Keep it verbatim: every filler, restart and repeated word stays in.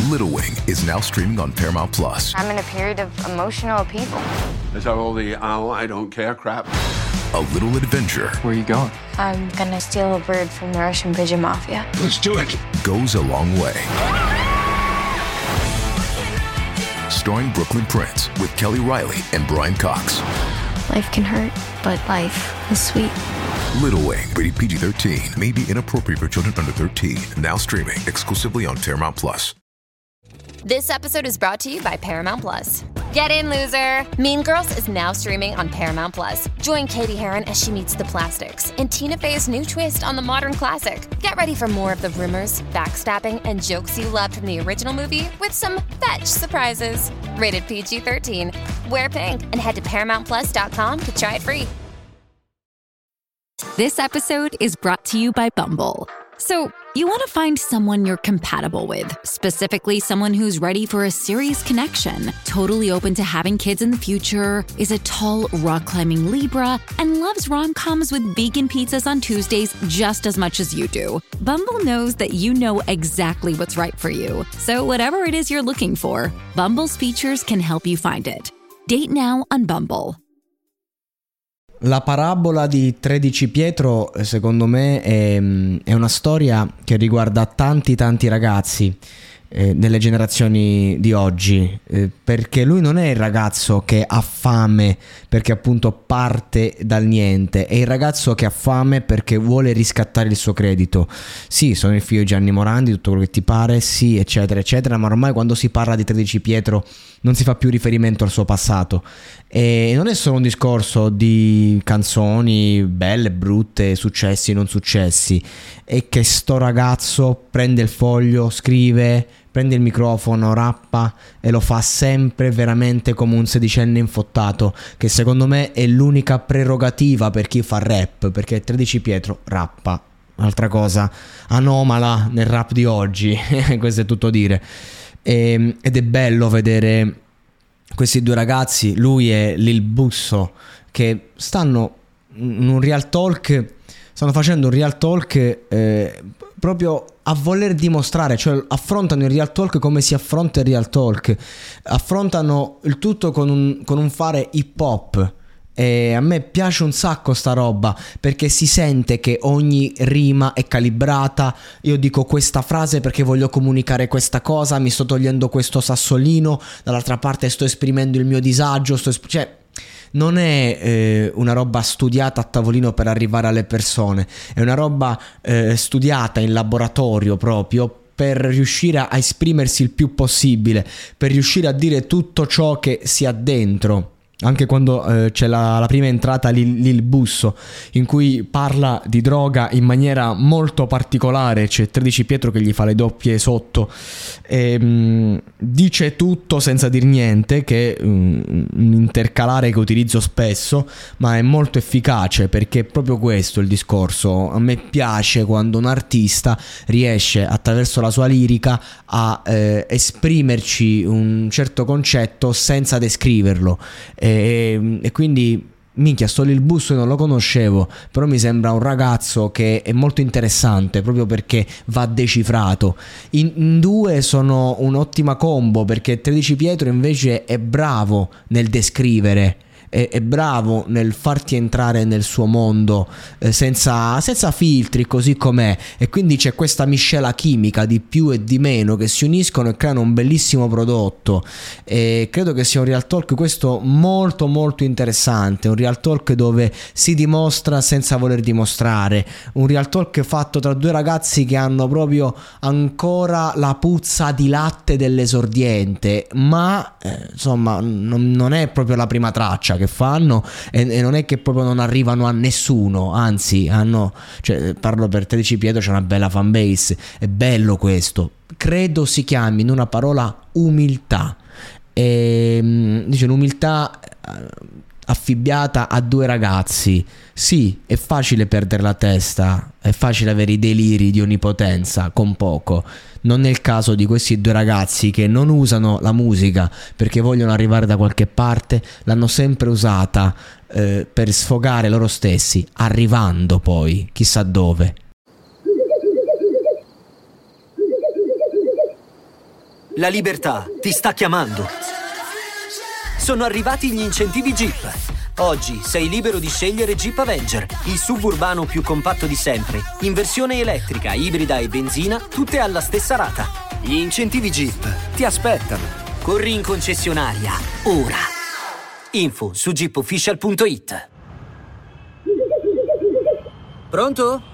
Little Wing is now streaming on Paramount Plus. I'm in a period of emotional upheaval. Is that all the oh, I don't care crap? A little adventure. Where are you going? I'm gonna steal a bird from the Russian pigeon mafia. Let's do it. Goes a long way. Starring Brooklyn Prince with Kelly Riley and Brian Cox. Life can hurt, but life is sweet. Little Wing, rated P G thirteen, may be inappropriate for children under thirteen. Now streaming exclusively on Paramount Plus. This episode is brought to you by Paramount Plus. Get in, loser! Mean Girls is now streaming on Paramount Plus. Join Katie Heron as she meets the plastics in Tina Fey's new twist on the modern classic. Get ready for more of the rumors, backstabbing, and jokes you loved from the original movie with some fetch surprises. Rated P G thirteen. Wear pink and head to paramount plus dot com to try it free. This episode is brought to you by Bumble. So, you want to find someone you're compatible with, specifically someone who's ready for a serious connection, totally open to having kids in the future, is a tall, rock-climbing Libra, and loves rom-coms with vegan pizzas on Tuesdays just as much as you do. Bumble knows that you know exactly what's right for you. So whatever it is you're looking for, Bumble's features can help you find it. Date now on Bumble. La parabola di tredici Pietro, secondo me, è, è una storia che riguarda tanti tanti ragazzi eh, delle generazioni di oggi, eh, perché lui non è il ragazzo che ha fame perché appunto parte dal niente, è il ragazzo che ha fame perché vuole riscattare il suo credito. Sì, sono il figlio di Gianni Morandi, tutto quello che ti pare, sì, eccetera eccetera, ma ormai quando si parla di tredici Pietro non si fa più riferimento al suo passato. E non è solo un discorso di canzoni belle, brutte, successi, non successi. È che sto ragazzo prende il foglio, scrive, prende il microfono, rappa e lo fa sempre veramente come un sedicenne infottato, che secondo me è l'unica prerogativa per chi fa rap, perché tredici Pietro rappa. Altra cosa anomala nel rap di oggi, questo è tutto dire. E, ed è bello vedere questi due ragazzi, lui e Lil Busso, che stanno in un real talk, stanno facendo un real talk eh, proprio a voler dimostrare, cioè affrontano il real talk come si affronta il real talk, affrontano il tutto con un, con un fare hip hop. E a me piace un sacco sta roba, perché si sente che ogni rima è calibrata. Io dico questa frase perché voglio comunicare questa cosa, mi sto togliendo questo sassolino, dall'altra parte sto esprimendo il mio disagio, sto esp- cioè non è eh, una roba studiata a tavolino per arrivare alle persone, è una roba eh, studiata in laboratorio proprio per riuscire a esprimersi il più possibile, per riuscire a dire tutto ciò che si ha dentro. Anche quando eh, c'è la, la prima entrata Lil, Lil Busso, in cui parla di droga in maniera molto particolare, c'è tredici Pietro che gli fa le doppie sotto, e, mh, dice tutto senza dir niente, che è um, un intercalare che utilizzo spesso, ma è molto efficace, perché è proprio questo il discorso. A me piace quando un artista riesce attraverso la sua lirica a eh, esprimerci un certo concetto senza descriverlo. E, e quindi minchia, sto Lil Busso, non lo conoscevo, però mi sembra un ragazzo che è molto interessante proprio perché va decifrato. In, in due sono un'ottima combo, perché tredici Pietro invece è bravo nel descrivere, è, è bravo nel farti entrare nel suo mondo eh, senza, senza filtri, così com'è, e quindi c'è questa miscela chimica di più e di meno che si uniscono e creano un bellissimo prodotto. E credo che sia un real talk questo molto molto interessante, un real talk dove si dimostra senza voler dimostrare, un real talk fatto tra due ragazzi che hanno proprio ancora la puzza di latte dell'esordiente, ma eh, insomma non, non è proprio la prima traccia che fanno, e, e non è che proprio non arrivano a nessuno, anzi hanno, cioè, parlo per tredici Pietro, c'è una bella fanbase, è bello questo. Credo si chiami in una parola umiltà, e, dice un'umiltà affibbiata a due ragazzi. Sì, è facile perdere la testa, è facile avere i deliri di onnipotenza con poco. Non è il caso di questi due ragazzi che non usano la musica perché vogliono arrivare da qualche parte, l'hanno sempre usata eh, per sfogare loro stessi, arrivando poi chissà dove. La libertà ti sta chiamando. Sono arrivati gli incentivi Jeep. Oggi sei libero di scegliere Jeep Avenger, il suburbano più compatto di sempre, in versione elettrica, ibrida e benzina, tutte alla stessa rata. Gli incentivi Jeep ti aspettano. Corri in concessionaria, ora. Info su jeep official punto it. Pronto?